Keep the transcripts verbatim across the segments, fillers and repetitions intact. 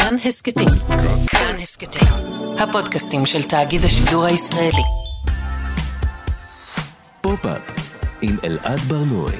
כאן הסקטים. כאן הסקטים. הפודקאסטים של תאגיד השידור הישראלי. פופ-אפ עם אלעד ברנועי.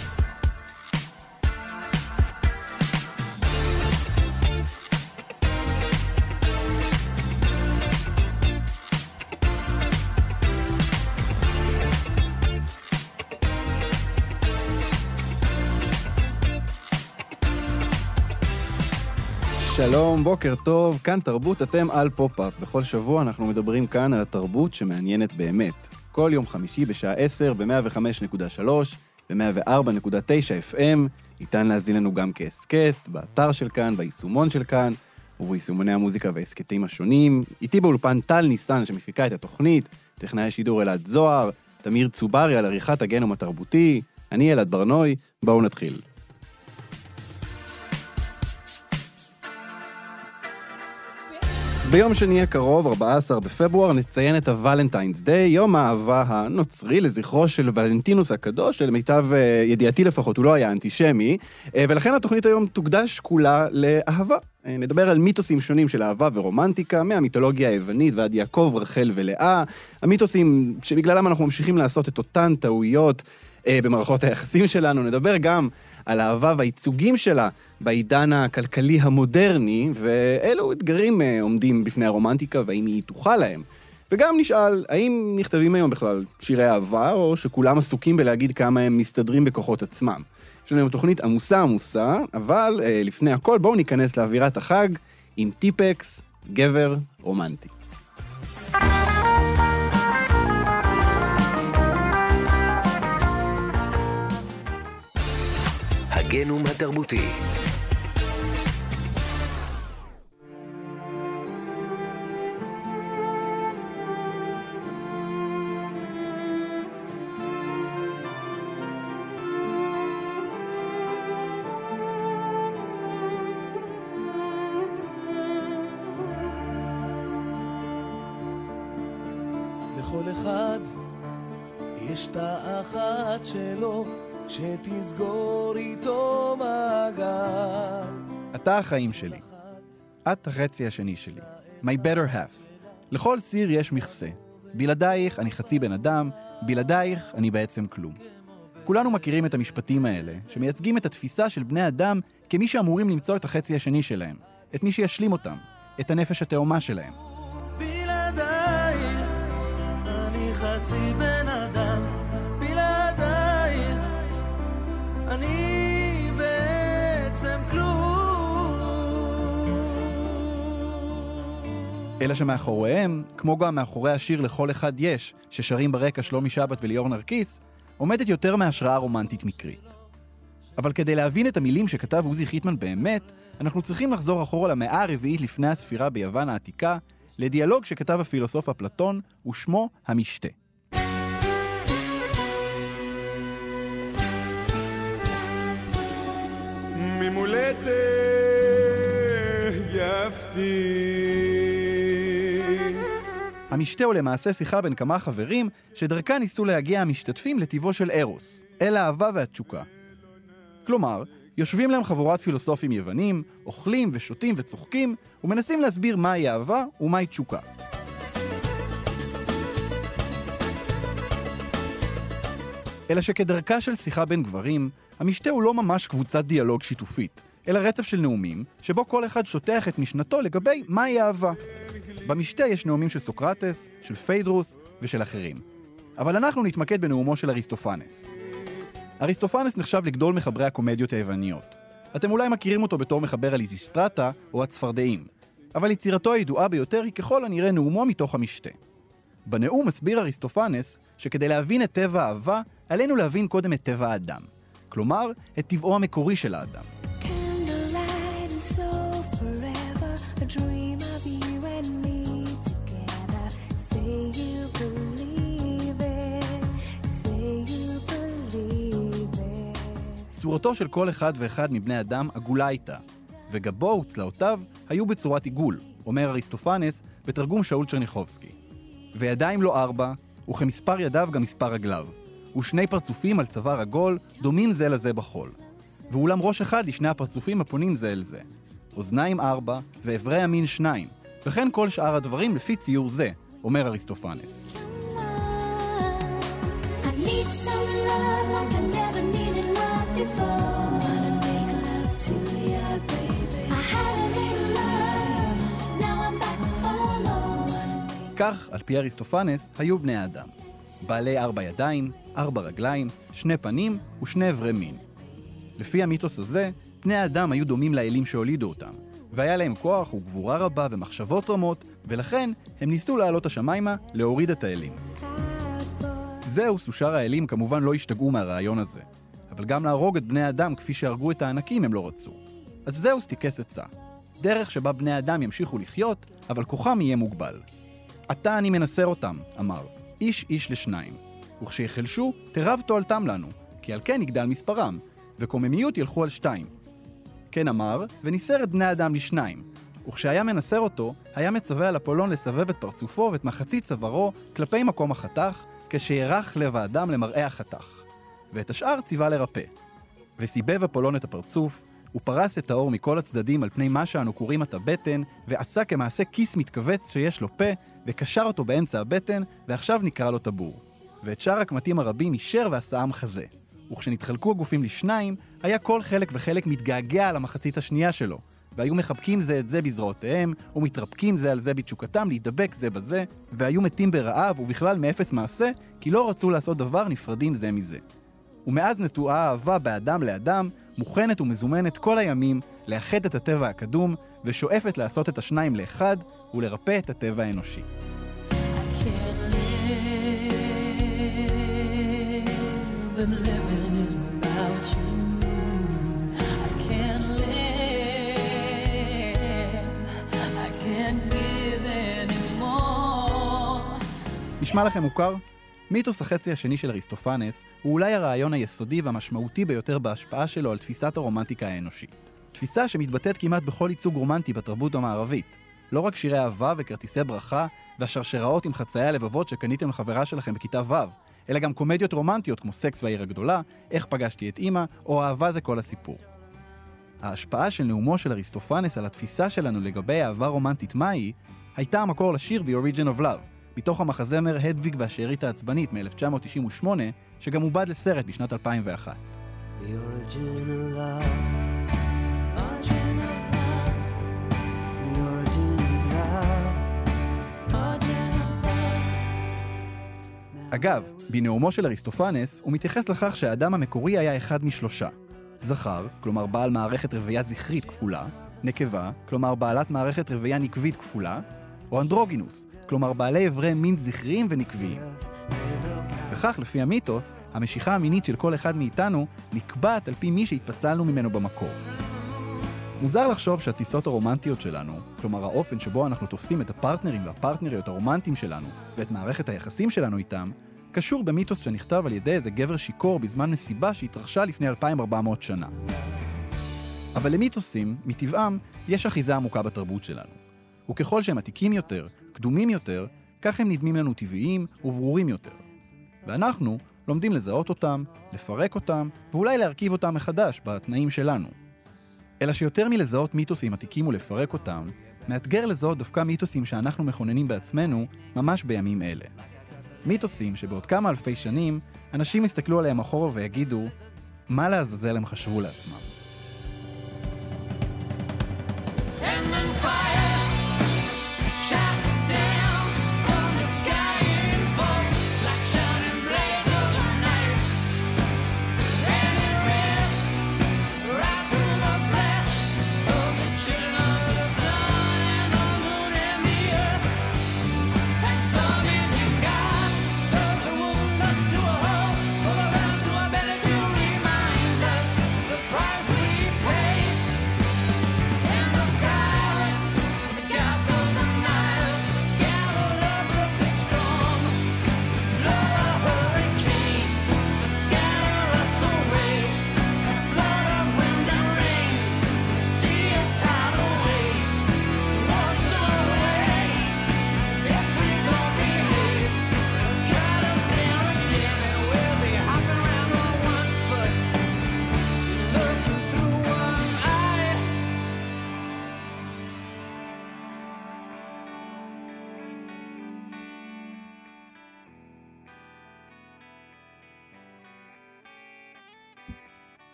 שלום, בוקר טוב, כאן תרבות, אתם על פופ-אפ. בכל שבוע אנחנו מדברים כאן על התרבות שמעניינת באמת. כל יום חמישי בשעה עשר ב-מאה וחמש נקודה שלוש ו-מאה וארבע נקודה תשע אף אם. ניתן להזין לנו גם כהסקט, באתר של כאן, ביישומון של כאן, וביישומוני המוזיקה וההסקטים השונים. איתי באולפן טל ניסן שמפיקה את התוכנית, טכנאי השידור אלעד זוהר, תמיר צוברי על עריכת הגנום התרבותי, אני אלעד ברנועי, בואו נתחיל. ביום שני הקרוב, ארבעה עשר בפברואר, נציין את הוולנטיינס דיי, יום האהבה הנוצרי לזכרו של ולנטינוס הקדוש, שלמיטב ידיעתי לפחות הוא לא היה אנטישמי, ולכן התוכנית היום תוקדש כולה לאהבה. נדבר על מיתוסים שונים של אהבה ורומנטיקה, מהמיתולוגיה היוונית ועד יעקב, רחל ולאה, המיתוסים שבגללם אנחנו ממשיכים לעשות את אותן טעויות במערכות היחסים שלנו. נדבר גם על האהבה והייצוגים שלה בעידן הכלכלי המודרני, ואילו אתגרים עומדים בפני הרומנטיקה והאם היא תוכל להם. וגם נשאל, האם נכתבים היום בכלל שירי אהבה, או שכולם עסוקים בלהגיד כמה הם מסתדרים בכוחות עצמם. יש לנו תוכנית עמוסה עמוסה, אבל לפני הכל בואו ניכנס לאווירת החג עם טיפקס, גבר רומנטי. הגנום התרבותי. לכל אחד יש תא אחת שלו שתסגור איתו מעגל. אתה החיים שלי. את החצי השני שלי. My better half. לכל סיר יש מכסה. בלעדייך אני חצי בן אדם, בלעדייך אני בעצם כלום. כולנו מכירים את המשפטים האלה, שמייצגים את התפיסה של בני אדם כמי שאמורים למצוא את החצי השני שלהם, את מי שישלים אותם, את הנפש התאומה שלהם. בלעדייך אני חצי בן אדם, אני בעצם כלום. אלא שמאחוריהם, כמו גם מאחורי השיר לכל אחד יש, ששרים ברקע שלומי שבת וליאור נרקיס, עומדת יותר מהשראה רומנטית מקרית. אבל כדי להבין את המילים שכתב עוזי חיטמן באמת, אנחנו צריכים לחזור אחורה למאה הרביעית לפני הספירה ביוון העתיקה, לדיאלוג שכתב הפילוסוף אפלטון, ושמו המשתה. ממולדת יפתי. המשתה הוא למעשה שיחה בין כמה חברים שדרכה ניסו להגיע המשתתפים לטבעו של ארוס, אל האהבה והתשוקה. כלומר, יושבים להם חבורת פילוסופים יוונים, אוכלים ושותים וצוחקים ומנסים להסביר מהי אהבה ומהי תשוקה. אלא שכדרכה של שיחה בין גברים, המשתה הוא לא ממש קבוצת דיאלוג שיתופית, אלא רצף של נאומים, שבו כל אחד שוטח את משנתו לגבי מהי אהבה. במשתה יש נאומים של סוקרטס, של פיידרוס ושל אחרים. אבל אנחנו נתמקד בנאומו של אריסטופנס. אריסטופנס נחשב לגדול מחברי הקומדיות היווניות. אתם אולי מכירים אותו בתור מחבר הליזיסטרטה או הצפרדעים, אבל יצירתו הידועה ביותר היא ככל הנראה נאומו מתוך המשתה. בנאום מסביר אריסטופנס שכדי להבין את טבע האהבה, עלינו להבין קודם את טבע האדם. כלומר, את טבעו המקורי של האדם. צורתו של כל אחד ואחד מבני אדם עגולה איתה, וגבו וצלעותיו היו בצורת עיגול, אומר אריסטופנס בתרגום שאול צ'רניחובסקי. וידיים לו ארבע, וכמספר ידיו גם מספר רגליו. ושני פרצופים על צוואר עגול דומים זה לזה בחול. ואולם ראש אחד לשני הפרצופים הפונים זה אל זה. אוזניים ארבע ואיברי המין שניים, וכן כל שאר הדברים לפי ציור זה, אומר אריסטופנס. כך, על פי אריסטופנס, היו בני האדם. בעלי ארבע ידיים, ארבע רגליים, שני פנים ושני אברי מין. לפי המיתוס הזה, בני האדם היו דומים לאלים שהולידו אותם, והיה להם כוח וגבורה רבה ומחשבות רמות, ולכן הם ניסו לעלות השמיימה להוריד את האלים. זהוס ושאר האלים כמובן לא השתגעו מהרעיון הזה, אבל גם להרוג את בני האדם כפי שהרגו את הענקים הם לא רצו. אז זהוס תיקס עצה, דרך שבה בני האדם ימשיכו לחיות, אבל כוחם יהיה מוגבל. עתה אני מנסר אותם, אמר, איש איש לשניים, וכשיחלשו תרב תועלתם לנו, כי על כן יגדל מספרם, וקוממיות ילכו על שתיים. כן אמר, וניסר את בני האדם לשניים, וכשהיה מנסר אותו, היה מצווה על אפולון לסבב את פרצופו ואת מחצית צווארו כלפי מקום החתך, כשירח לב האדם למראה החתך, ואת השאר ציווה לרפא. וסיבב אפולון את הפרצוף, ופרס את האור מכל הצדדים על פני מה שאנו קוראים את הבטן, ועשה כמעשה כיס מתכווץ שיש לו פה, וקשר אותו באמצע הבטן, ועכשיו נקרא לו טבור. ואת שאר הקמטים הרבים אישר ועשאם חזה. וכשנתחלקו הגופים לשניים, היה כל חלק וחלק מתגעגע על המחצית השנייה שלו, והיו מחבקים זה את זה בזרועותיהם, ומתרפקים זה על זה בתשוקתם להידבק זה בזה, והיו מתים ברעב ובכלל מאפס מעשה, כי לא רצו לעשות דבר נפרדים זה מזה. ומאז נטועה האהבה באדם לאדם, מוכנת ומזומנת כל הימים לאחד את הטבע הקדום, ושואפת לעשות את השניים לאחד ולרפא את הטבע האנושי. נשמע לכם מוכר? מיתוס החצי השני של אריסטופנס הוא אולי הרעיון היסודי והמשמעותי ביותר בהשפעה שלו על תפיסת הרומנטיקה האנושית. תפיסה שמתבטאת כמעט בכל ייצוג רומנטי בתרבות המערבית. לא רק שירי אהבה וכרטיסי ברכה והשרשראות עם חצאי הלבבות שקניתם לחברה שלכם בכיתה ו', אלא גם קומדיות רומנטיות כמו סקס והעיר הגדולה, איך פגשתי את אמא, או אהבה זה כל הסיפור. ההשפעה של נאומו של אריסטופנס על התפיסה שלנו לגבי אהבה רומנטית מהי, הייתה המקור לשיר The Origin of Love, מתוך המחזמר הדוויג והשארית העצבנית מ-אלף תשע מאות תשעים ושמונה, שגם עובד לסרט בשנת אלפיים ואחת. The origin of love, origin of love, the origin of love, origin of love. אגב, בנאומו של אריסטופנס הוא מתייחס לכך שהאדם המקורי היה אחד משלושה. זכר, כלומר בעל מערכת רבייה זכרית כפולה, נקבה, כלומר בעלת מערכת רבייה נקבית כפולה, או אנדרוגינוס, כלומר בעלי אברי מין זכריים ונקביים. וכך, לפי המיתוס, המשיכה המינית של כל אחד מאיתנו נקבעת על פי מי שהתפצלנו ממנו במקור. מוזר לחשוב שהתפיסות הרומנטיות שלנו, כלומר האופן שבו אנחנו תופסים את הפרטנרים והפרטנריות הרומנטיים שלנו ואת מערכת היחסים שלנו איתם, קשור במיתוס שנכתב על ידי איזה גבר שיקור בזמן מסיבה שהתרחשה לפני אלפיים וארבע מאות שנה. אבל למיתוסים, מטבעם, יש אחיזה עמוקה בתרבות שלנו. וככל שהם עתיקים יותר, קדומים יותר, כך הם נדמים לנו טבעיים וברורים יותר. ואנחנו לומדים לזהות אותם, לפרק אותם, ואולי להרכיב אותם מחדש בתנאים שלנו. אלא שיותר מלזהות מיתוסים עתיקים ולפרק אותם, מאתגר לזהות דווקא מיתוסים שאנחנו מכוננים בעצמנו ממש בימים אלה. מיתוסים שבעוד כמה אלפי שנים, אנשים יסתכלו עליהם אחורה ויגידו, מה לעזאזל הם חשבו לעצמם. Price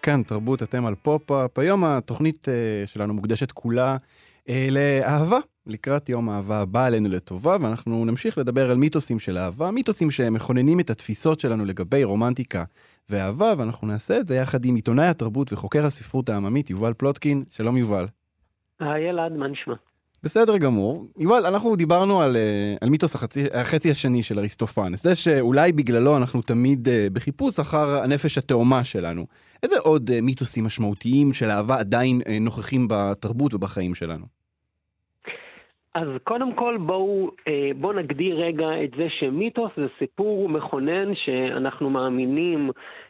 כאן תרבות, אתם על פופ-אפ. היום התוכנית שלנו מוקדשת כולה לאהבה, לקראת יום האהבה הבא עלינו לטובה, ואנחנו נמשיך לדבר על מיתוסים של אהבה, מיתוסים שמכוננים את התפיסות שלנו לגבי רומנטיקה ואהבה, ואנחנו נעשה את זה יחד עם עיתונאי התרבות וחוקר הספרות העממית, יובל פלוטקין. שלום יובל. היי אלעד, מה נשמע? בסדר גמור. יובל, אנחנו דיברנו על, על מיתוס החצי, החצי השני של אריסטופנס, זה שאולי בגללו אנחנו תמיד בחיפוש אחר הנפש התאומה שלנו. איזה עוד מיתוסים משמעותיים של אהבה עדיין נוכחים בתרבות ובחיים שלנו? אז קודם כל בואו בוא נגדיר רגע את זה שמיתוס זה סיפור מכונן שאנחנו מאמינים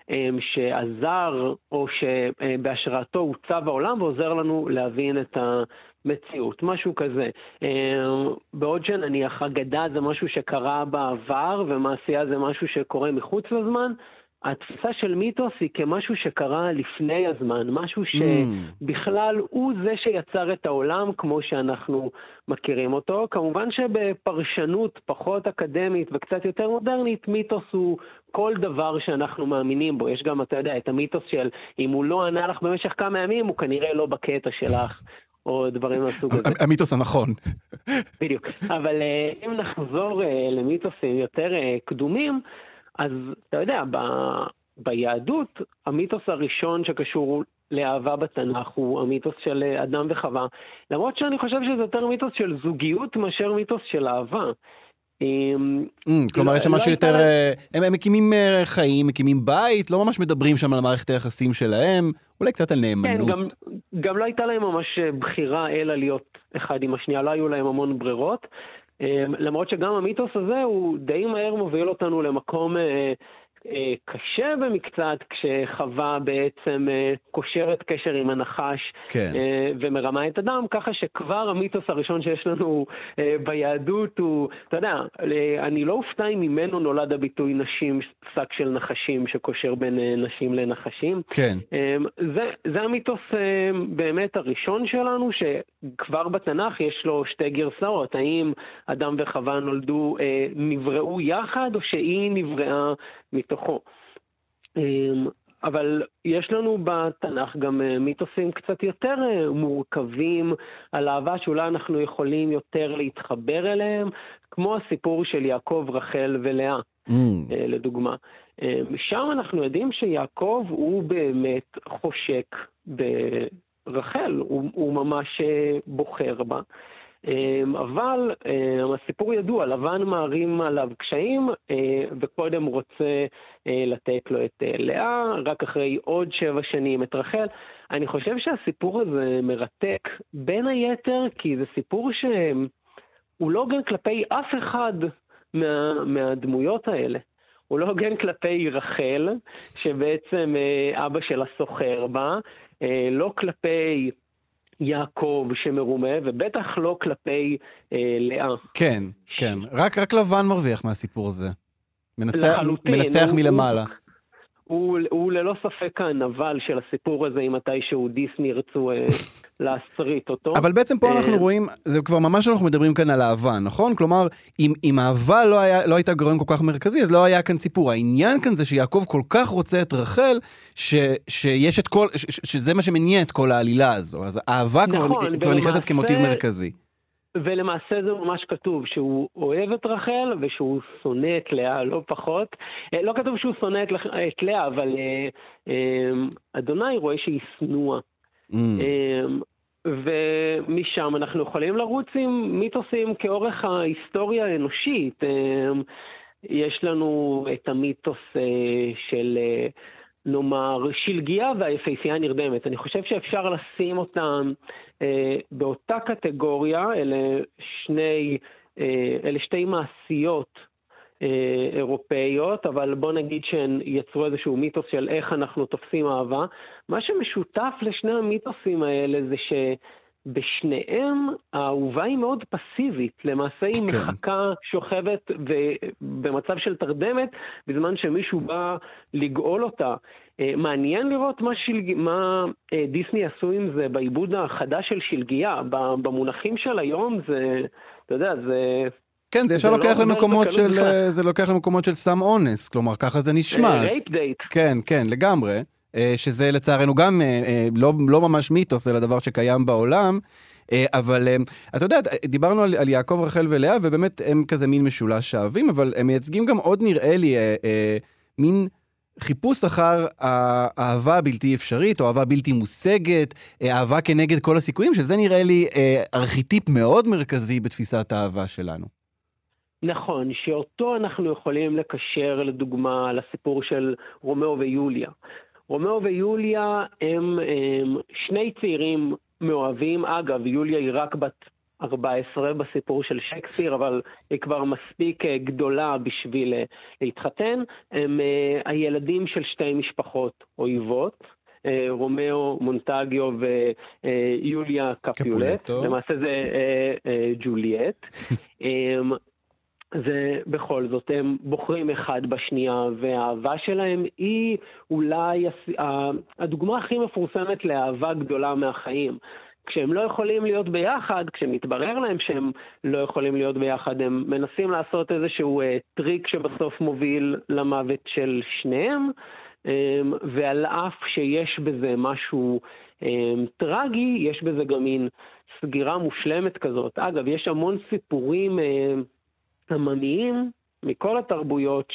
שעזר או שבהשראתו עוצב העולם ועוזר לנו להבין את המציאות, משהו כזה. בעוד שנניח אגדה זה משהו שקרה בעבר ומעשייה זה משהו שקורה מחוץ לזמן, התפיסה של מיתוס היא כמשהו שקרה לפני הזמן, משהו שבכלל הוא זה שיצר את העולם כמו שאנחנו מכירים אותו. כמובן שבפרשנות פחות אקדמית וקצת יותר מודרנית, מיתוס הוא כל דבר שאנחנו מאמינים בו. יש גם, אתה יודע, את המיתוס של אם הוא לא ענה לך במשך כמה ימים, הוא כנראה לא בקטע שלך, או דברים מהסוג הזה. המיתוס הנכון. בדיוק. אבל אם נחזור למיתוסים יותר קדומים, אז אתה יודע, ב... ביהדות, המיתוס הראשון שקשור לאהבה בתנ"ך הוא המיתוס של אדם וחווה, למרות שאני חושב שזה יותר מיתוס של זוגיות מאשר מיתוס של אהבה. כלומר, יש שם משהו יותר, הם מקימים חיים, מקימים בית, לא ממש מדברים שם על מערכת היחסים שלהם, אולי קצת על נאמנות. כן, גם לא הייתה להם ממש בחירה אלא להיות אחד עם השנייה, לא היו להם המון ברירות, למרות שגם המיתוס הזה הוא די מהר מוביל אותנו למקום קשה במקצת, כשחווה בעצם קושרת קשר עם הנחש כן. ומרמה את אדם, ככה שכבר המיתוס הראשון שיש לנו ביהדות הוא, אתה יודע, אני לא אופתע אם ממנו נולד הביטוי נשים, שק של נחשים שקושר בין נשים לנחשים. כן. זה, זה המיתוס באמת הראשון שלנו, שכבר בתנ"ך יש לו שתי גרסאות, האם אדם וחווה נולדו, נבראו יחד, או שהיא נבראה מתוכו. אבל יש לנו בתנ"ך גם מיתוסים קצת יותר מורכבים על אהבה שאולי אנחנו יכולים יותר להתחבר אליהם, כמו הסיפור של יעקב, רחל ולאה, mm. לדוגמה. שם אנחנו יודעים שיעקב הוא באמת חושק ברחל, הוא, הוא ממש בוחר בה. אבל הסיפור ידוע, לבן מערים עליו קשיים, וקודם רוצה לתת לו את לאה, רק אחרי עוד שבע שנים את רחל. אני חושב שהסיפור הזה מרתק בין היתר, כי זה סיפור שהוא לא הוגן כלפי אף אחד מה, מהדמויות האלה. הוא לא הוגן כלפי רחל, שבעצם אבא שלה סוחר בה, לא כלפי יעקב שמרומה, ובטח לא כלפי אה, לאה. כן, כן. רק, רק לבן מרוויח מהסיפור הזה. מנצח, מנצח הוא, מלמעלה. הוא, הוא, הוא ללא ספק הנבל של הסיפור הזה, אם מתישהו דיסני ירצו אה, להסריט אותו. אבל בעצם פה אנחנו רואים, זה כבר ממש אנחנו מדברים כאן על אהבה, נכון? כלומר, אם, אם אהבה לא, היה, לא הייתה גורם כל כך מרכזי, אז לא היה כאן סיפור. העניין כאן זה שיעקב כל כך רוצה את רחל, ש, שיש את כל, ש, שזה מה שמניע את כל העלילה הזו. אז האהבה נכון, כבר, כבר נכנסת כמוטיב מרכזי. ולמעשה זה ממש כתוב שהוא אוהב את רחל ושהוא שונא את לאה, לא פחות. לא כתוב שהוא שונא את לאה, אבל אדוני רואה שהיא שנואה. Mm. ומשם אנחנו יכולים לרוץ עם מיתוסים כאורך ההיסטוריה האנושית. יש לנו את המיתוס של, נאמר, שלגיה והיפהפייה נרדמת. אני חושב שאפשר לשים אותם באותה קטגוריה. אלה שני, אלה שתי מעשיות אירופאיות, אבל בוא נגיד שהן יצרו איזשהו מיתוס של איך אנחנו תופסים אהבה. מה שמשותף לשני המיתוסים האלה זה שבשניהם האהובה היא מאוד פסיבית. למעשה היא כן. מחכה, שוכבת במצב של תרדמת, בזמן שמישהו בא לגאול אותה. מעניין לראות מה, שלג... מה דיסני עשו עם זה בעיבוד החדש של שלגיה. במונחים של היום זה, אתה יודע, זה... כן, זה ישר לוקח למקומות של, זה לוקח למקומות של סם אונס, כלומר, ככה זה נשמע. רייפ דייט. כן, כן, לגמרי. שזה לצערנו גם לא, לא ממש מיתוס, אלא דבר שקיים בעולם, אבל אתה יודע, דיברנו על, על יעקב, רחל ולאה, ובאמת הם כזה מין משולש אהבים, אבל הם מייצגים גם עוד נראה לי מין חיפוש אחר האהבה הבלתי אפשרית, או אהבה בלתי מושגת, אהבה כנגד כל הסיכויים, שזה נראה לי ארכיטיפ מאוד מרכזי בתפיסת האהבה שלנו. נכון, שאותו אנחנו יכולים לקשר לדוגמה לסיפור של רומאו ויוליה. רומאו ויוליה הם, הם שני צעירים מאוהבים, אגב, יוליה היא רק בת ארבע עשרה בסיפור של שייקספיר, אבל היא כבר מספיק גדולה בשביל להתחתן. הם הילדים של שתי משפחות אויבות, רומאו מונטגיו ויוליה קפיולט, למעשה זה ג'וליאט. זה בכל זאת, הם בוחרים אחד בשנייה, והאהבה שלהם היא אולי הדוגמה הכי מפורסמת לאהבה גדולה מהחיים. כשהם לא יכולים להיות ביחד, כשמתברר להם שהם לא יכולים להיות ביחד, הם מנסים לעשות איזשהו טריק שבסוף מוביל למוות של שניהם, ועל אף שיש בזה משהו טרגי, יש בזה גם מין סגירה מושלמת כזאת. אגב, יש המון סיפורים עממיים מכל התרבויות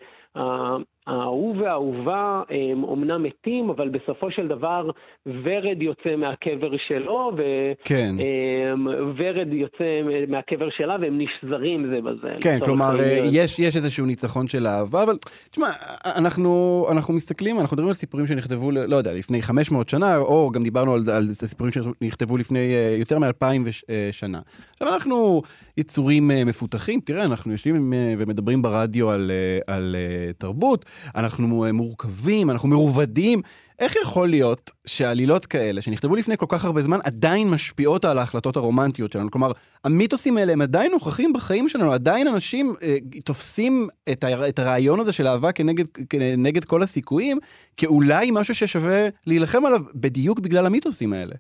שהאהוב והאהובה הם אומנם מתים, אבל בסופו של דבר ורד יוצא מהקבר שלו, כן. וורד יוצא מהקבר שלה, והם נשזרים זה בזה. כן, כלומר, יש, יש איזשהו ניצחון של אהבה, אבל תשמע, אנחנו, אנחנו מסתכלים, אנחנו מדברים על סיפורים שנכתבו, לא יודע, לפני חמש מאות שנה, או גם דיברנו על, על סיפורים שנכתבו לפני יותר מאלפיים שנה. עכשיו, אנחנו יצורים מפותחים, תראה, אנחנו יושבים ומדברים ברדיו על, על תרבות, אנחנו מורכבים, אנחנו מרובדים. איך יכול להיות שעלילות כאלה, שנכתבו לפני כל כך הרבה זמן, עדיין משפיעות על ההחלטות הרומנטיות שלנו? כלומר, המיתוסים האלה הם עדיין נוכחים בחיים שלנו, עדיין אנשים אה, תופסים את, ה, את הרעיון הזה של אהבה כנגד, כנגד כל הסיכויים, כאולי משהו ששווה להילחם עליו בדיוק בגלל המיתוסים האלה.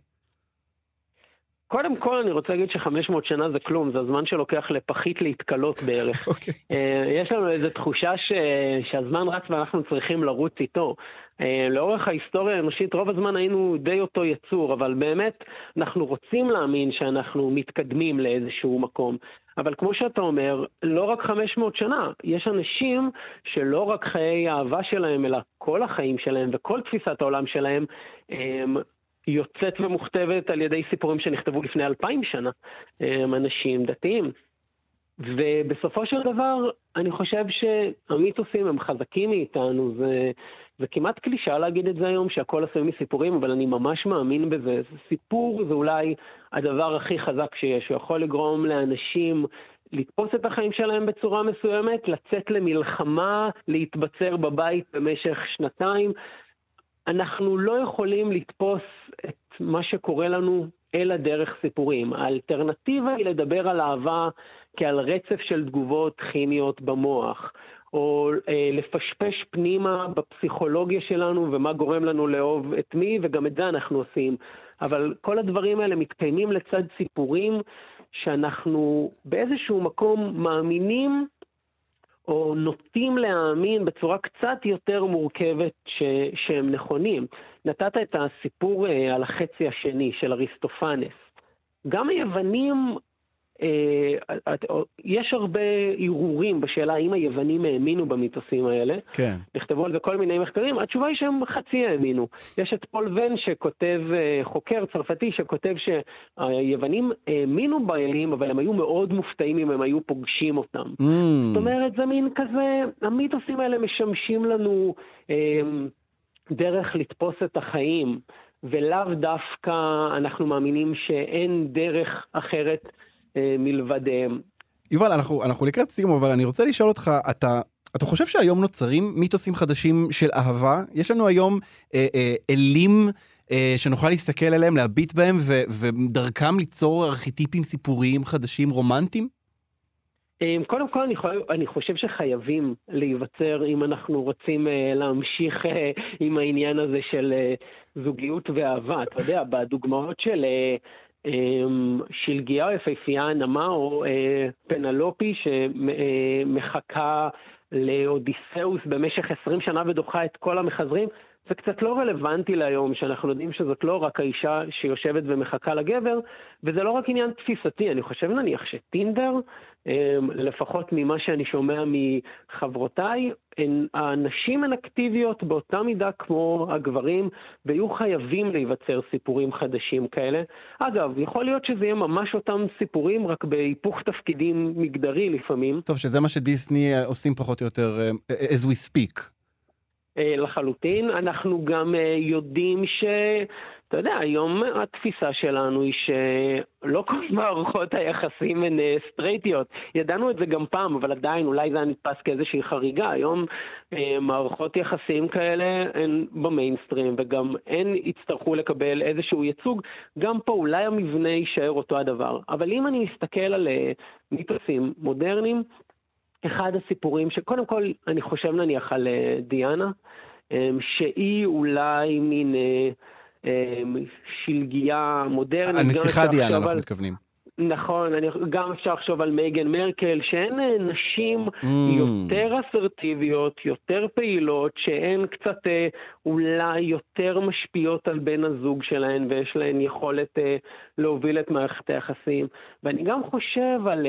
קודם כל אני רוצה להגיד ש-חמש מאות שנה זה כלום, זה הזמן שלוקח לפחית להתקלות בערך. Okay. יש לנו איזו תחושה ש... שהזמן רץ ואנחנו צריכים לרוץ איתו. לאורך ההיסטוריה האנושית רוב הזמן היינו די אותו יצור, אבל באמת אנחנו רוצים להאמין שאנחנו מתקדמים לאיזשהו מקום. אבל כמו שאתה אומר, לא רק חמש מאות שנה, יש אנשים שלא רק חיי האהבה שלהם, אלא כל החיים שלהם וכל תפיסת העולם שלהם, הם... יוצאת ומוכתבת על ידי סיפורים שנכתבו לפני אלפיים שנה, אנשים דתיים. ובסופו של דבר, אני חושב שהמיתוסים הם חזקים מאיתנו, זה, זה כמעט קלישה להגיד את זה היום, שהכל עשוי מסיפורים, אבל אני ממש מאמין בזה. סיפור זה אולי הדבר הכי חזק שיש, הוא יכול לגרום לאנשים לתפוס את החיים שלהם בצורה מסוימת, לצאת למלחמה, להתבצר בבית במשך שנתיים, אנחנו לא יכולים לתפוס את מה שקורה לנו אלא דרך סיפורים. האלטרנטיבה היא לדבר על אהבה כעל רצף של תגובות כימיות במוח, או אה, לפשפש פנימה בפסיכולוגיה שלנו ומה גורם לנו לאהוב את מי, וגם את זה אנחנו עושים. אבל כל הדברים האלה מתקיימים לצד סיפורים שאנחנו באיזשהו מקום מאמינים או נוטים להאמין בצורה קצת יותר מורכבת ש... שהם נכונים. נתת את הסיפור אה, על החצי השני של אריסטופנס. גם היוונים, אה, יש הרבה ערעורים בשאלה האם היוונים האמינו במיתוסים האלה. כן. נכתבו על זה כל מיני מחקרים, התשובה היא שהם חצי האמינו. יש את פול ון שכותב, אה, חוקר צרפתי שכותב שהיוונים האמינו באלים, אבל הם היו מאוד מופתעים אם הם היו פוגשים אותם. Mm. זאת אומרת, זה מין כזה, המיתוסים האלה משמשים לנו אה, דרך לתפוס את החיים, ולאו דווקא אנחנו מאמינים שאין דרך אחרת אה, מלבדיהם. יובל, אנחנו, אנחנו לקראת סיום, אבל אני רוצה לשאול אותך, אתה, אתה חושב שהיום נוצרים מיתוסים חדשים של אהבה? יש לנו היום אה, אה, אלים אה, שנוכל להסתכל עליהם, להביט בהם, ו, ודרכם ליצור ארכיטיפים סיפוריים חדשים רומנטיים? קודם כל אני, חושב, אני חושב שחייבים להיווצר אם אנחנו רוצים uh, להמשיך uh, עם העניין הזה של uh, זוגיות ואהבה. אתה יודע, בדוגמאות של uh, um, שלגיה או יפהפייה נמה או uh, פנלופי שמחכה לאודיסאוס במשך עשרים שנה ודוחה את כל המחזרים, זה קצת לא רלוונטי להיום, שאנחנו יודעים שזאת לא רק האישה שיושבת ומחכה לגבר, וזה לא רק עניין תפיסתי. אני חושב נניח שטינדר, לפחות ממה שאני שומע מחברותיי, הנשים הן אקטיביות באותה מידה כמו הגברים, ויהיו חייבים להיווצר סיפורים חדשים כאלה. אגב, יכול להיות שזה יהיה ממש אותם סיפורים, רק בהיפוך תפקידים מגדרי לפעמים. טוב, שזה מה שדיסני עושים פחות או יותר, as we speak. לחלוטין. אנחנו גם יודעים ש... אתה יודע, היום התפיסה שלנו היא שלא כל מערכות היחסים הן סטרייטיות. ידענו את זה גם פעם, אבל עדיין אולי זה נתפס כאיזושהי חריגה. היום מערכות יחסים כאלה הן במיינסטרים, וגם הן יצטרכו לקבל איזשהו ייצוג. גם פה אולי המבנה יישאר אותו הדבר. אבל אם אני מסתכל על מיתוסים מודרניים, אחד הסיפורים שקודם כל אני חושב נניח על דיאנה, שהיא אולי מין שלגיה מודרנית. הנסיכה דיאנה אנחנו מתכוונים. נכון, אני, גם אפשר לחשוב על מייגן מרקל, שהן נשים mm. יותר אסרטיביות, יותר פעילות, שהן קצת אולי יותר משפיעות על בן הזוג שלהן, ויש להן יכולת להוביל את מערכת היחסים. ואני גם חושב על...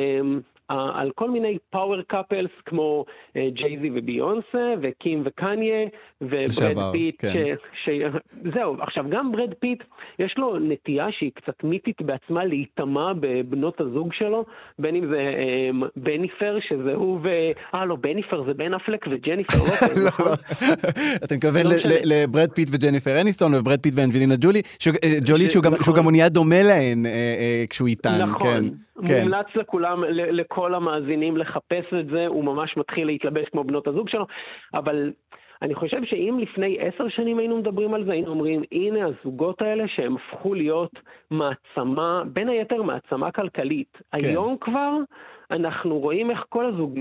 על כל מיני פאוור קאפלס כמו ג'ייזי וביונסה וקים וקניה וברד פיט. כן. ש... ש... זהו, עכשיו גם ברד פיט יש לו נטייה שהיא קצת מיתית בעצמה להיטמע בבנות הזוג שלו, בין אם זה אה, בניפר שזה הוא ו... אה לא, בניפר זה בן אפלק וג'ניפר לופז, נכון? אתה מתכוון לברד פיט וג'ניפר אניסטון וברד פיט ואנג'לינה ג'ולי, ג'ולי שהוא גם נהיה דומה להן כשהוא איתן. נכון. מומלץ לכולם, לכל המאזינים לחפש את זה, הוא ממש מתחיל להתלבש כמו בנות הזוג שלו, אבל אני חושב שאם לפני עשר שנים היינו מדברים על זה, היינו אומרים, הנה הזוגות האלה שהם הפכו להיות מעצמה, בין היתר מעצמה כלכלית. כן. היום כבר אנחנו רואים איך כל הזוג...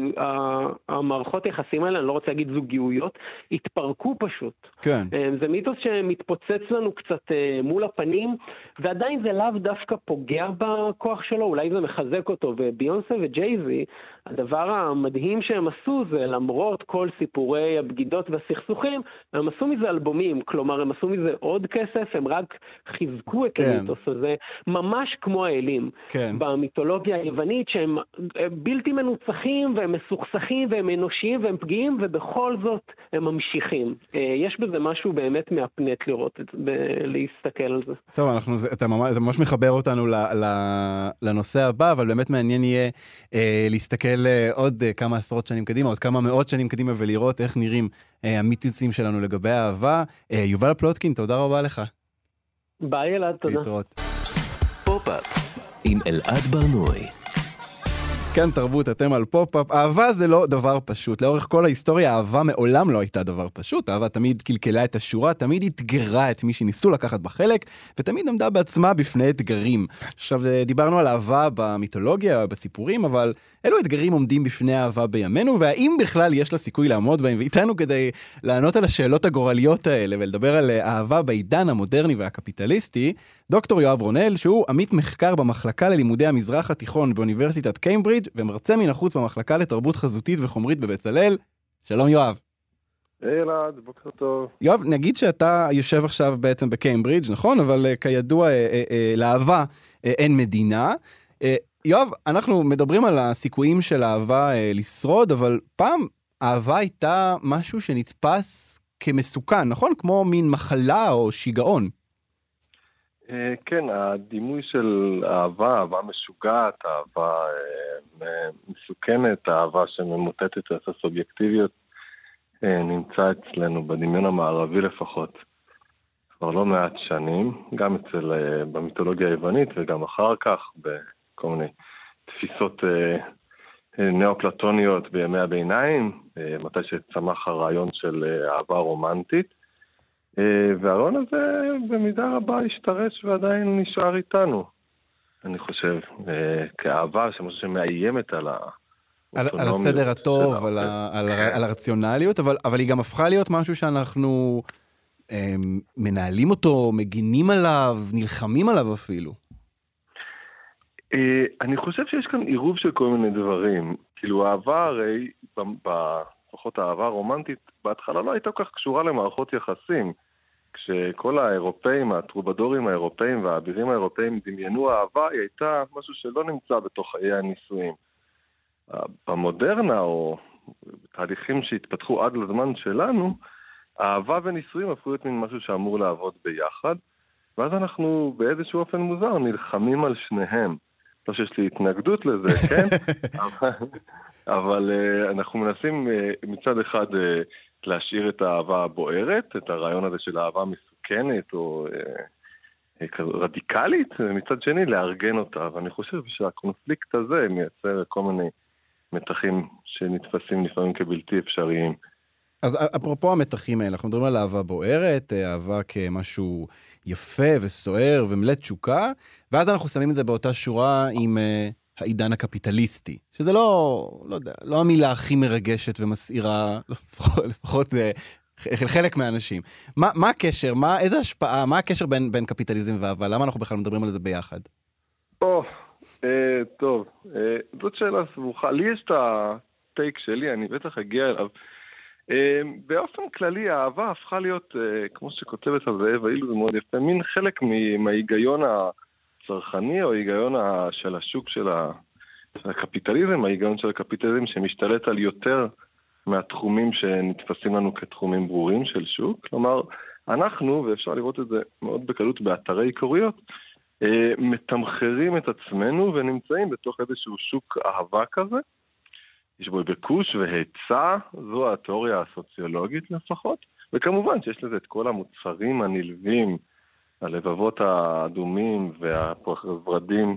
המערכות יחסים האלה, אני לא רוצה להגיד זוגיות, התפרקו פשוט. כן. זה מיתוס שמתפוצץ לנו קצת מול הפנים, ועדיין זה לאו דווקא פוגע בכוח שלו, אולי זה מחזק אותו, וביונסה וג'ייזי, הדבר המדהים שהם עשו זה, למרות כל סיפורי הבגידות והסכסוכים, הם עשו מזה אלבומים, כלומר הם עשו מזה עוד כסף, הם רק חיזקו את כן. המיתוס הזה, ממש כמו האלים. כן. במיתולוגיה היוונית, שהם בלתי מנוצחים, והם מסוכסכים, והם אנושיים, והם פגיעים, ובכל זאת הם ממשיכים. יש בזה משהו באמת מהפנט לראות את זה, להסתכל על זה. טוב, אנחנו, זה, אתה ממש, זה ממש מחבר אותנו ל, ל, לנושא הבא, אבל באמת מעניין יהיה אה, להסתכל עוד כמה עשרות שנים קדימה, עוד כמה מאות שנים קדימה, ולראות איך נראים אה, המיתוסים שלנו לגבי האהבה. אה, יובל פלוטקין, תודה רבה לך. ביי אלעד, תודה. להתראות. פופ-אפ עם אלעד ברנועי. כאן תרבות, אתם על פופ-אפ. אהבה זה לא דבר פשוט. לאורך כל ההיסטוריה, אהבה מעולם לא הייתה דבר פשוט. אהבה תמיד קלקלה את השורה, תמיד התגרה את מי שניסו לקחת בחלק, ותמיד עמדה בעצמה בפני אתגרים. עכשיו, דיברנו על אהבה במיתולוגיה, בסיפורים, אבל אלו אתגרים עומדים בפני אהבה בימינו, והאם בכלל יש לה סיכוי לעמוד בהם? ואיתנו כדי לענות על השאלות הגורליות האלה, ולדבר על אהבה בעידן המודרני והקפיטליסטי, דוקטור יואב רונל, שהוא עמית מחקר במחלקה ללימודי המזרח התיכון באוניברסיטת קיימברידג' ומרצה מן החוץ במחלקה לתרבות חזותית וחומרית בבצלאל. שלום יואב. היי אלעד, בוקר טוב. יואב, נגיד שאתה יושב עכשיו בעצם בקיימברידג', נכון? אבל כידוע, לאהבה אין מדינה. יואב, אנחנו מדברים על הסיכויים של אהבה לשרוד, אבל פעם אהבה הייתה משהו שנתפס כמסוכן, נכון? כמו מין מחלה או שיגעון. כן, הדימוי של אהבה, אהבה משוגעת, אהבה מסוכנת, אהבה שממוטטת את הסובייקטיביות, נמצא אצלנו בדמיון המערבי לפחות. כבר לא מעט שנים, גם אצל, במיתולוגיה היוונית וגם אחר כך בכל מיני תפיסות נאו-פלטוניות בימי הביניים, מתי שצמח הרעיון של אהבה רומנטית. והרעיון הזה במידה רבה השתרש ועדיין נשאר איתנו, אני חושב, כאהבה, שמשהו שמאיימת על האוטונומיות. על הסדר הטוב, על, ה, על, ה, על הרציונליות, אבל, אבל היא גם הפכה להיות משהו שאנחנו אה, מנהלים אותו, מגינים עליו, נלחמים עליו אפילו. אה, אני חושב שיש כאן עירוב של כל מיני דברים. כאילו, אהבה הרי לפחות האהבה הרומנטית, בהתחלה לא הייתה כל כך קשורה למערכות יחסים. כשכל האירופאים, הטרובדורים האירופאים והאבירים האירופאים דמיינו אהבה, היא הייתה משהו שלא נמצא בתוך חיי הנישואים. במודרנה, או בתהליכים שהתפתחו עד לזמן שלנו, אהבה ונישואים הפכו להיות מין משהו שאמור לעבוד ביחד, ואז אנחנו באיזשהו אופן מוזר נלחמים על שניהם. לא שיש לי התנגדות לזה, כן? אבל, אבל אנחנו מנסים מצד אחד להשאיר את האהבה הבוערת, את הרעיון הזה של אהבה מסוכנת או רדיקלית, ומצד שני לארגן אותה, ואני חושב שהקונפליקט הזה מייצר כל מיני מתחים שנתפסים לפעמים כבלתי אפשריים. אז אפרופו המתחים האלה, אנחנו מדברים על אהבה בוערת, אהבה כמשהו יפה וסוער ומלא תשוקה, ואז אנחנו שמים את זה באותה שורה עם uh, העידן הקפיטליסטי, שזה לא, לא יודע, לא המילה הכי מרגשת ומסעירה, לפחות, לפחות uh, חלק מהאנשים. מה, מה הקשר, מה, איזה השפעה, מה הקשר בין, בין קפיטליזם ואהבה? למה אנחנו בכלל מדברים על זה ביחד? או, אה, טוב, אה, זאת שאלה סבוכה. לי יש את הטייק שלי, אני בטח אגיע אליו. באופן כללי, האהבה הפכה להיות, כמו שכותבת על זה, ואילו זה מאוד יפה, מין חלק מההיגיון הצרכני, או ההיגיון של השוק של הקפיטליזם, ההיגיון של הקפיטליזם שמשתלט על יותר מהתחומים שנתפסים לנו כתחומים ברורים של שוק. כלומר, אנחנו, ואפשר לראות את זה מאוד בקלות באתרי עיקריות, מתמחרים את עצמנו ונמצאים בתוך איזשהו שוק אהבה כזה, יש בו ביקוש והיצע, זו התיאוריה הסוציולוגית לפחות, וכמובן שיש לזה את כל המוצרים הנלווים, הלבבות האדומים והפרחרדים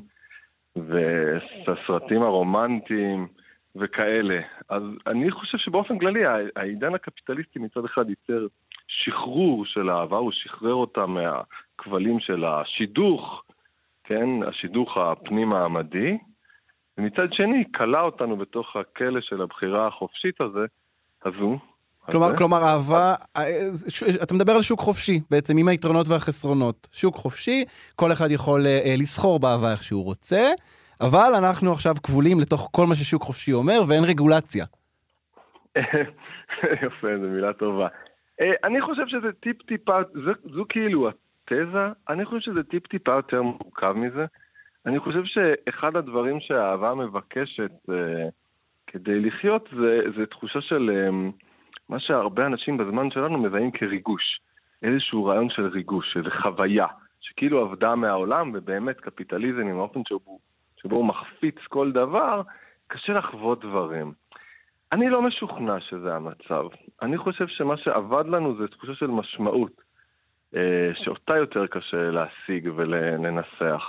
והסרטים הרומנטיים וכאלה. אז אני חושב שבאופן כללי העידן הקפיטליסטי מצד אחד ייצר שחרור של האהבה, הוא שחרר אותה מהכבלים של השידוך, כן, השידוך הפנים העמדי, ומצד שני, קלה אותנו בתוך הכלא של הבחירה החופשית הזה, הזו. כלומר, הזה. כלומר, אהבה, אתה מדבר על שוק חופשי, בעצם עם היתרונות והחסרונות. שוק חופשי, כל אחד יכול לסחור באהבה איך שהוא רוצה, אבל אנחנו עכשיו כבולים לתוך כל מה ששוק חופשי אומר, ואין רגולציה. יפה, זו מילה טובה. אני חושב שזה טיפ-טיפה, זו כאילו התזה, אני חושב שזה טיפ-טיפה יותר מורכב מזה. אני חושב שאחד הדברים שהאהבה מבקשת אה, כדי לחיות זה, זה תחושה של אה, מה שהרבה אנשים בזמן שלנו מזהים כריגוש. איזשהו רעיון של ריגוש, איזו חוויה, שכאילו עבדה מהעולם, ובאמת קפיטליזם עם האופן שבו, שבו הוא מחפיץ כל דבר, קשה לחוות דברים. אני לא משוכנע שזה המצב. אני חושב שמה שעבד לנו זה תחושה של משמעות, אה, שאותה יותר קשה להשיג ולנסח.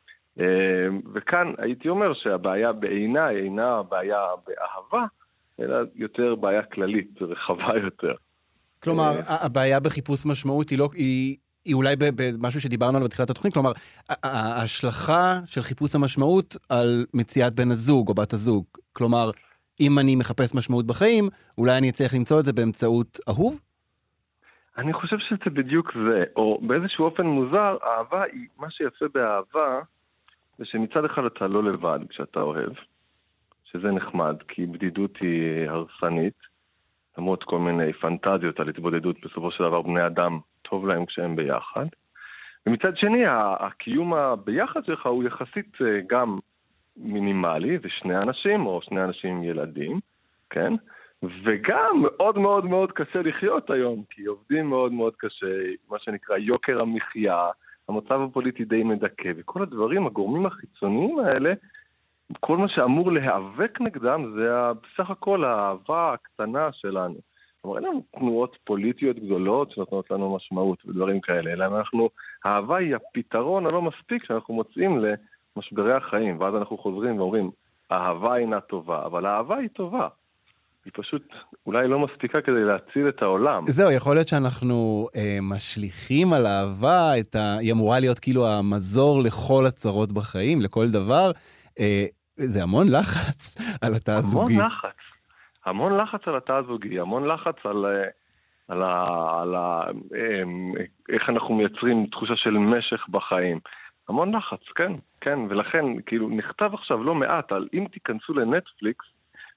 וכאן הייתי אומר שהבעיה בעיניי אינה הבעיה באהבה, אלא יותר בעיה כללית, רחבה יותר. כלומר, הבעיה בחיפוש משמעות היא, לא, היא, היא אולי במשהו שדיברנו עליו בתחילת התוכנית, כלומר, ההשלכה של חיפוש המשמעות על מציאת בן הזוג או בת הזוג. כלומר, אם אני מחפש משמעות בחיים, אולי אני אצליח למצוא את זה באמצעות אהוב? אני חושב שזה בדיוק זה, או באיזשהו אופן מוזר, האהבה היא, מה שיפה באהבה, זה שמצד אחד אתה לא לבד כשאתה אוהב, שזה נחמד, כי בדידות היא הרסנית, למרות כל מיני פנטזיות על התבודדות, בסופו של דבר בני אדם טוב להם כשהם ביחד. ומצד שני, הקיום הביחד שלך הוא יחסית גם מינימלי, זה שני אנשים או שני אנשים עם ילדים, כן? וגם מאוד מאוד מאוד קשה לחיות היום, כי עובדים מאוד מאוד קשה, מה שנקרא יוקר המחיה, המצב הפוליטי די מדכא, וכל הדברים, הגורמים החיצוניים האלה, כל מה שאמור להיאבק נגדם, זה בסך הכל האהבה הקטנה שלנו. כלומר, אין לנו תנועות פוליטיות גדולות שנותנות לנו משמעות ודברים כאלה, אלא אנחנו, האהבה היא הפתרון הלא מספיק שאנחנו מוצאים למשברי החיים, ואז אנחנו חוזרים ואומרים, האהבה אינה טובה, אבל האהבה היא טובה. היא פשוט אולי לא מספיקה כדי להציל את העולם. זהו, יכול להיות שאנחנו אה, משליכים על אהבה, את ה... היא אמורה להיות כאילו המזור לכל הצרות בחיים, לכל דבר. אה, זה המון לחץ על התא הזוגי. המון לחץ. המון לחץ על התא הזוגי, המון לחץ על, על, ה, על ה, איך אנחנו מייצרים תחושה של משך בחיים. המון לחץ, כן, כן, ולכן כאילו נכתב עכשיו לא מעט על אם תיכנסו לנטפליקס,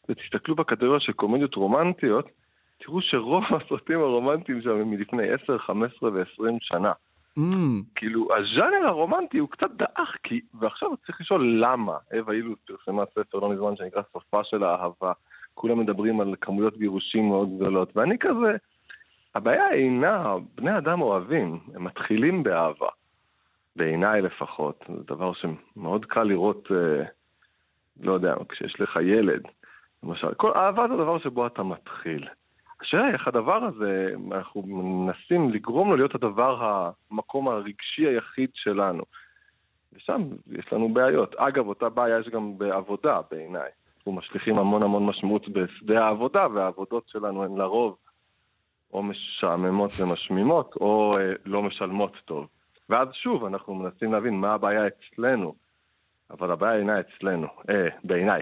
ותסתכלו בקטגוריה של קומדיות רומנטיות, תראו שרוב הסרטים הרומנטיים שם הם מלפני עשר, חמש עשרה ו-עשרים שנה. Mm. כאילו, הז'אנר הרומנטי הוא קצת דאח, כי, ועכשיו צריך לשאול למה. אווה אילוז פרסמה ספר לא מזמן שנקרא סופה של האהבה, כולם מדברים על כמויות גירושים מאוד גדולות, ואני כזה, הבעיה אינה, בני אדם אוהבים, הם מתחילים באהבה, בעיניי לפחות, זה דבר שמאוד קל לראות, אה, לא יודע, כשיש לך ילד, למשל, כל אהבה זה דבר שבו אתה מתחיל. השאלה היא איך הדבר הזה, אנחנו מנסים לגרום לו להיות הדבר, המקום הרגשי היחיד שלנו. ושם יש לנו בעיות. אגב, אותה בעיה יש גם בעבודה בעיניי. אנחנו משליכים המון המון משמעות בשדה העבודה, והעבודות שלנו הן לרוב או משעממות ומשמימות, או אה, לא משלמות טוב. ואז שוב, אנחנו מנסים להבין מה הבעיה אצלנו. אבל הבעיה אינה אצלנו, אה, בעיניי.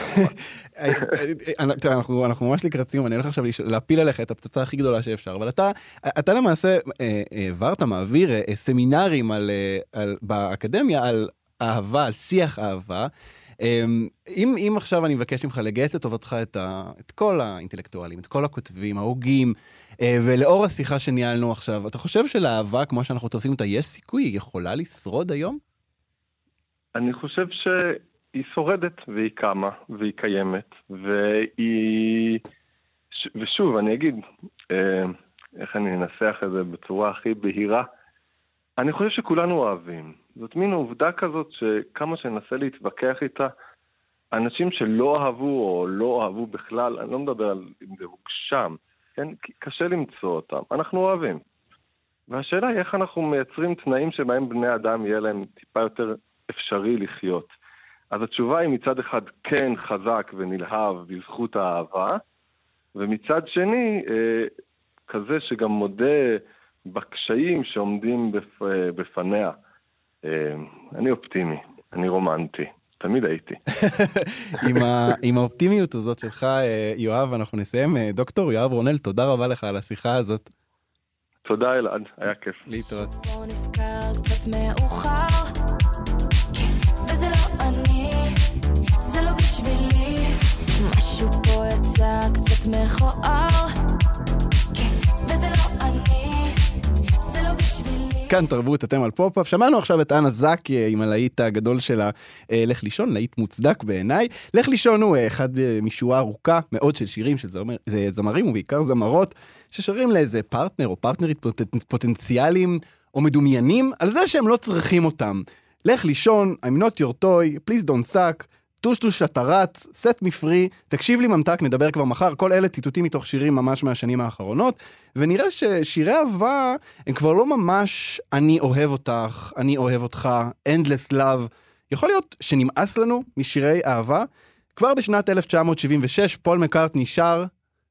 אנחנו, אנחנו ממש לקראת סיום, אני הולך עכשיו להפיל עליך את הפצצה הכי גדולה שאפשר, אבל אתה, אתה למעשה העברת, מעביר סמינרים על, על, באקדמיה על אהבה, על שיח אהבה. אם, אם עכשיו אני מבקש ממך לגייס לטובתך את, ה, את כל האינטלקטואלים, את כל הכותבים, ההוגים, ולאור השיחה שניהלנו עכשיו, אתה חושב שלאהבה, כמו שאנחנו תופסים אותה, יש סיכוי, היא יכולה לשרוד היום? אני חושב שהיא שורדת והיא קמה והיא קיימת והיא... ושוב, אני אגיד, איך אני אנסח את זה בצורה הכי בהירה, אני חושב שכולנו אוהבים. זאת מין עובדה כזאת שכמה שננסה להתווכח איתה, אנשים שלא אהבו או לא אהבו בכלל, אני לא מדבר על אם זה הוגשם, כן? קשה למצוא אותם. אנחנו אוהבים. והשאלה היא איך אנחנו מייצרים תנאים שבהם בני אדם יהיה להם טיפה יותר אפשרי לחיות. אז התשובה היא מצד אחד כן חזק ונלהב בזכות האהבה, ומצד שני אה, כזה שגם מודה בקשיים שעומדים בפ... בפניה. אה, אני אופטימי, אני רומנטי, תמיד הייתי. עם, ה... עם האופטימיות הזאת שלך, יואב, אנחנו נסיים. דוקטור יואב רונל, תודה רבה לך על השיחה הזאת. תודה אלעד, היה כיף. להתראות. בוא נזכר קצת מאוחר, וזה לא אני, זה לא בשבילי, משהו פה יצא קצת מכוער, וזה לא אני, זה לא בשבילי. כאן תרבות, אתם על פופ-אפ. שמענו עכשיו את אנה זקי עם הלהיט הגדול שלה, לך לישון, להיט מוצדק בעיניי. לך לישון הוא אחד משורה ארוכה מאוד של שירים, שזה זמרים ובעיקר זמרות, ששרים לאיזה פרטנר או פרטנרית פוטנציאליים או מדומיינים, על זה שהם לא צריכים אותם. לך לישון, I'm not your toy, please don't suck, טוש טוש אתה רץ, set me free, תקשיב לי ממתק, נדבר כבר מחר. כל אלה ציטוטים מתוך שירים ממש מהשנים האחרונות, ונראה ששירי אהבה הם כבר לא ממש אני אוהב אותך, אני אוהב אותך, endless love. יכול להיות שנמאס לנו משירי אהבה. כבר בשנת אלף תשע מאות שבעים ושש פול מקארטני שר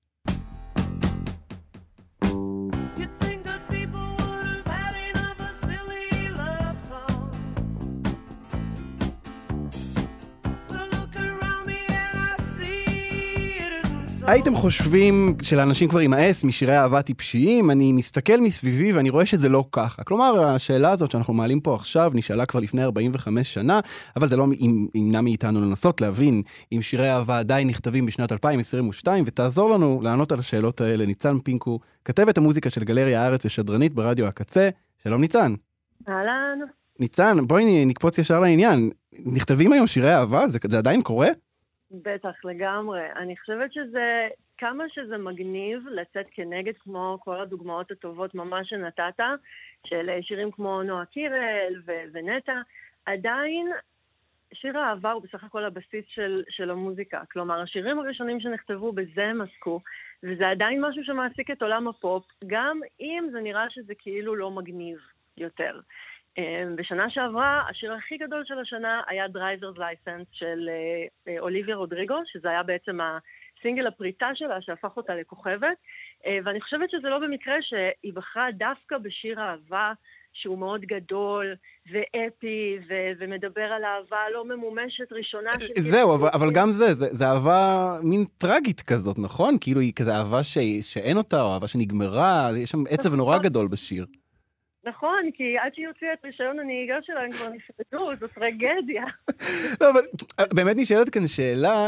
הייתם חושבים שלאנשים כבר יימאס משירי אהבה טיפשיים? אני מסתכל מסביבי ואני רואה שזה לא ככה. כלומר, השאלה הזאת שאנחנו מעלים פה עכשיו נשאלה כבר לפני ארבעים וחמש שנה, אבל זה לא ימנע מאיתנו לנסות להבין אם שירי אהבה עדיין נכתבים בשנת אלפיים עשרים ושתיים, ותעזור לנו לענות על השאלות האלה ניצן פינקו, כתבת המוזיקה של גלריה הארץ ושדרנית ברדיו הקצה. שלום ניצן. אהלן. ניצן, בואי נקפוץ ישר לעניין. נכתבים היום שירי אהבה? זה, זה עדיין קורה? בטח, לגמרי. אני חושבת שזה, כמה שזה מגניב לצאת כנגד, כמו כל הדוגמאות הטובות ממש שנתת, של שירים כמו נועה קירל ו- ונטה, עדיין שיר האהבה הוא בסך הכל הבסיס של, של המוזיקה. כלומר, השירים הראשונים שנכתבו בזה הם עסקו, וזה עדיין משהו שמעסיק את עולם הפופ, גם אם זה נראה שזה כאילו לא מגניב יותר. בשנה שעברה, השיר הכי גדול של השנה היה Driver's License של אוליביה רודריגו, שזה היה בעצם הסינגל הפריטה שלה שהפך אותה לכוכבת, ואני חושבת שזה לא במקרה שהיא בחרה דווקא בשיר אהבה שהוא מאוד גדול ואפי ו- ומדבר על אהבה לא ממומשת ראשונה של... זהו, אבל, אבל גם זה, זה, זה אהבה מין טרגית כזאת, נכון? כאילו היא כזה אהבה ש- שאין אותה, או אהבה שנגמרה, יש שם עצב נורא גדול בשיר. נכון, כי עד שהיא הוציאה את רישיון הנהיגה שלה, הם כבר נפרדו, זו טרגדיה. לא, אבל באמת נשאלת כאן שאלה,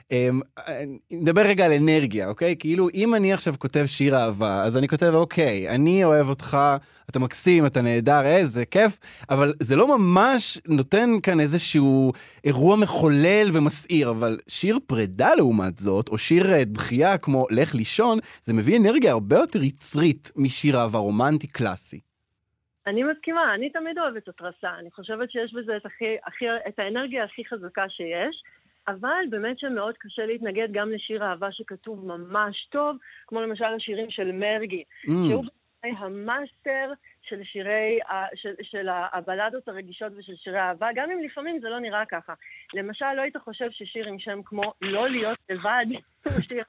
נדבר רגע על אנרגיה, אוקיי? כאילו, אם אני עכשיו כותב שיר אהבה, אז אני כותב, אוקיי, אני אוהב אותך, אתה מקסים, אתה נהדר, איזה כיף, אבל זה לא ממש נותן כאן איזשהו אירוע מחולל ומסעיר, אבל שיר פרידה לעומת זאת, או שיר דחייה כמו לך לישון, זה מביא אנרגיה הרבה יותר יצרית משיר אהבה רומנטי קלאסי. אני מסכימה, אני תמיד אוהבת התרסה, אני חושבת שיש בזה את, הכי, הכי, את האנרגיה הכי חזקה שיש, אבל באמת שמאוד קשה להתנגד גם לשיר אהבה שכתוב ממש טוב, כמו למשל השירים של מרגי, mm. שהוא המאסטר של שירי, של, של הבלדות הרגישות ושל שירי אהבה, גם אם לפעמים זה לא נראה ככה. למשל, לא היית חושב ששיר עם שם כמו לא להיות לבד, שיר...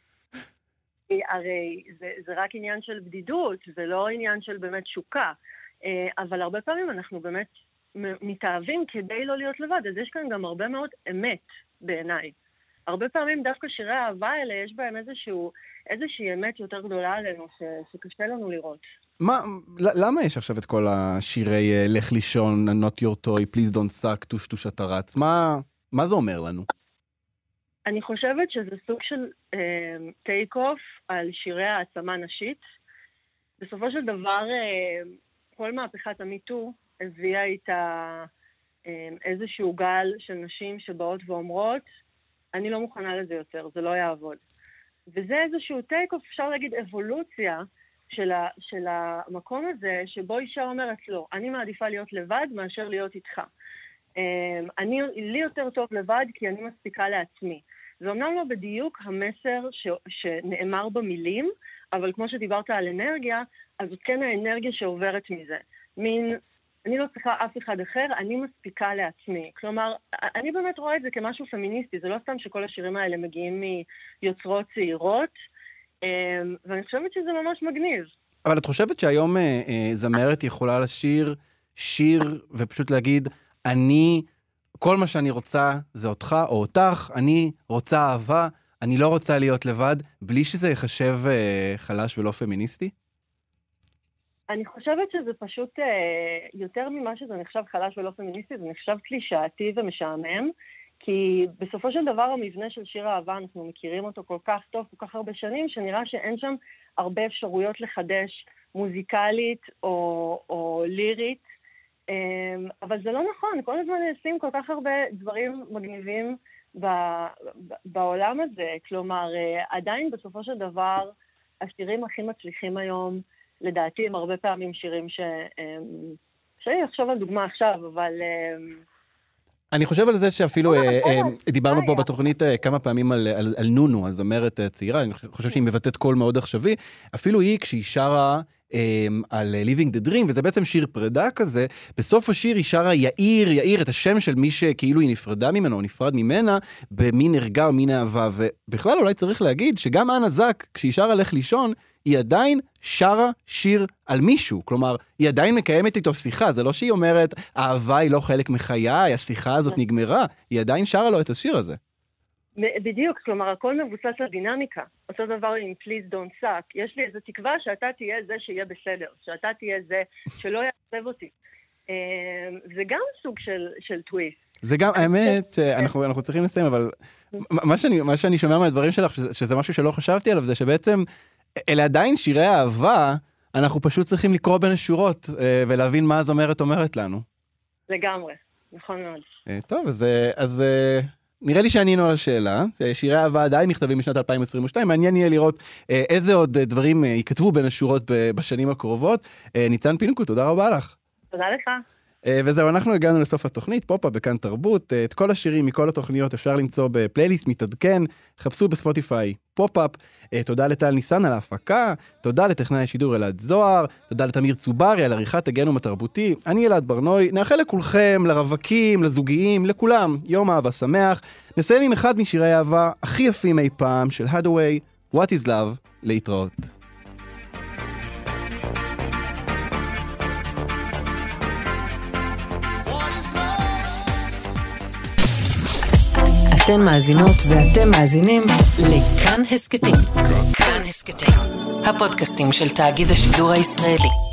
הרי זה, זה רק עניין של בדידות, זה לא עניין של באמת שוקה, אבל הרבה פעמים אנחנו באמת מתאהבים כדי לא להיות לבד, אז יש כאן גם הרבה מאוד אמת בעיניי. הרבה פעמים דווקא שירי האהבה האלה יש בהם איזשהו, איזושהי אמת יותר גדולה עלינו ש, שקשה לנו לראות. מה, למה יש עכשיו את כל השירי לך לישון, not your toy, please don't suck, טוש טוש אתה רץ? מה, מה זה אומר לנו? אני חושבת שזה סוג של טייק אוף על שירי העצמה נשית. בסופו של דבר, אה, כל מהפכת המיטו הביאה איתה אה, איזשהו גל של נשים שבאות ואומרות, אני לא מוכנה לזה יותר, זה לא יעבוד. וזה איזשהו טייק אוף, אפשר להגיד אבולוציה של, ה, של המקום הזה, שבו אישה אומרת לא, אני מעדיפה להיות לבד מאשר להיות איתך. אני, לי יותר טוב לבד כי אני מספיקה לעצמי. זה אומנם לא בדיוק המסר ש, שנאמר במילים, אבל כמו שדיברת על אנרגיה, אז זאת כן האנרגיה שעוברת מזה. מין, אני לא צריכה אף אחד אחר, אני מספיקה לעצמי. כלומר, אני באמת רואה את זה כמשהו פמיניסטי, זה לא סתם שכל השירים האלה מגיעים מיוצרות צעירות, ואני חושבת שזה ממש מגניב. אבל את חושבת שהיום אה, אה, זמרת יכולה לשיר שיר ופשוט להגיד, אני, כל מה שאני רוצה זה אותך או אותך, אני רוצה אהבה, אני לא רוצה להיות לבד, בלי שזה יחשב אה, חלש ולא פמיניסטי? אני חושבת שזה פשוט, אה, יותר ממה שזה נחשב חלש ולא פמיניסטי, זה נחשב קלישאתי ומשעמם, כי בסופו של דבר המבנה של שיר האהבה, אנחנו מכירים אותו כל כך טוב, כל כך הרבה שנים, שנראה שאין שם הרבה אפשרויות לחדש מוזיקלית או, או לירית, אבל זה לא נכון, כל הזמן נעשים כל כך הרבה דברים מגניבים בעולם הזה, כלומר, עדיין בסופו של דבר, השירים הכי מצליחים היום, לדעתי הם הרבה פעמים שירים ש... שאני אחשוב על דוגמה עכשיו, אבל... אני חושב על זה שאפילו דיברנו פה בתוכנית כמה פעמים על, על, על נונו, הזמרת צעירה, אני חושב שהיא מבטאת קול מאוד עכשווי, אפילו היא כשהיא שרה על Living the Dream, וזה בעצם שיר פרידה כזה, בסוף השיר היא שרה יאיר, יאיר את השם של מי שכאילו היא נפרדה ממנו, או נפרד ממנה, במין הרגע או מין אהבה, ובכלל אולי צריך להגיד שגם אנה זק, כשהיא שרה לך לישון, היא עדיין שרה שיר על מישהו, כלומר, היא עדיין מקיימת איתו שיחה, זה לא שהיא אומרת, האהבה היא לא חלק מחיי, השיחה הזאת נגמרה, היא עדיין שרה לו את השיר הזה. בדיוק, כלומר, הכל מבוסס על דינמיקה. אותו דבר עם Please Don't Suck. יש לי איזו תקווה שאתה תהיה זה שיהיה בסדר, שאתה תהיה זה שלא יעצב אותי. זה גם סוג של, של טוויסט. זה גם, האמת, שאנחנו אנחנו צריכים לסיים, אבל מה שאני, מה שאני שומע מהדברים שלך, שזה משהו שלא חשבתי עליו, זה שבעצם, אלה עדיין שירי האהבה, אנחנו פשוט צריכים לקרוא בין השורות, ולהבין מה הזמרת אומרת לנו. לגמרי, נכון מאוד. טוב, אז... אז נראה לי שענינו על השאלה, שירי האהבה עדיין נכתבים משנת אלפיים עשרים ושתיים, מעניין יהיה לראות איזה עוד דברים ייכתבו בין השורות בשנים הקרובות. ניצן פינקו, תודה רבה לך. תודה לך. וזהו, אנחנו הגענו לסוף התוכנית, פופ-אפ בכאן תרבות, את כל השירים מכל התוכניות אפשר למצוא בפלייליסט מתעדכן, חפשו בספוטיפיי פופ-אפ, תודה לטל ניסן על ההפקה, תודה לטכנאי השידור אלעד זוהר, תודה לתמיר צוברי על עריכת הגנום התרבותי, אני אלעד ברנוי, נאחל לכולכם, לרווקים, לזוגיים, לכולם, יום אהבה שמח, נסיים עם אחד משירי האהבה הכי יפים אי פעם של Hathaway, What is Love, להתראות. אתן מאזינות ואתם מאזינים לכאן הסקטים. כאן הסקטים, הפודקאסטים של תאגיד השידור הישראלי.